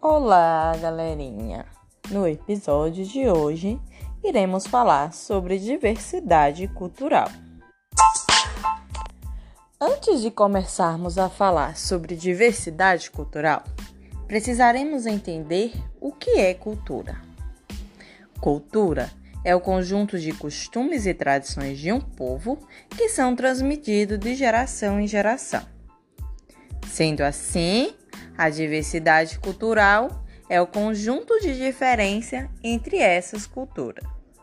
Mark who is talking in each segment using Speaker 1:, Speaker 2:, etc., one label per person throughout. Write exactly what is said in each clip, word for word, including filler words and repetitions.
Speaker 1: Olá, galerinha! No episódio de hoje, iremos falar sobre diversidade cultural. Antes de começarmos a falar sobre diversidade cultural, precisaremos entender o que é cultura. Cultura é o conjunto de costumes e tradições de um povo que são transmitidos de geração em geração. Sendo assim, a diversidade cultural é o conjunto de diferença entre essas culturas.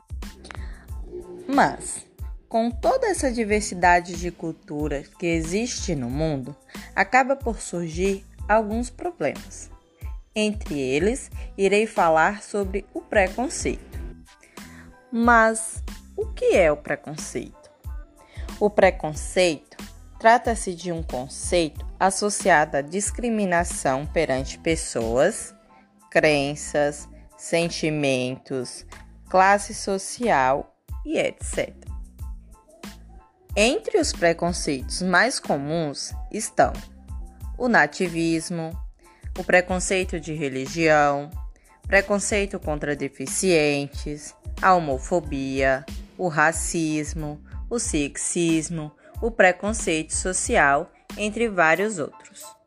Speaker 1: Mas, com toda essa diversidade de culturas que existe no mundo, acaba por surgir alguns problemas. Entre eles, irei falar sobre o preconceito. Mas, o que é o preconceito? O preconceito trata-se de um conceito associado à discriminação perante pessoas, crenças, sentimentos, classe social e etcétera. Entre os preconceitos mais comuns estão o nativismo, o preconceito de religião, preconceito contra deficientes, a homofobia, o racismo, o sexismo, o preconceito social, entre vários outros.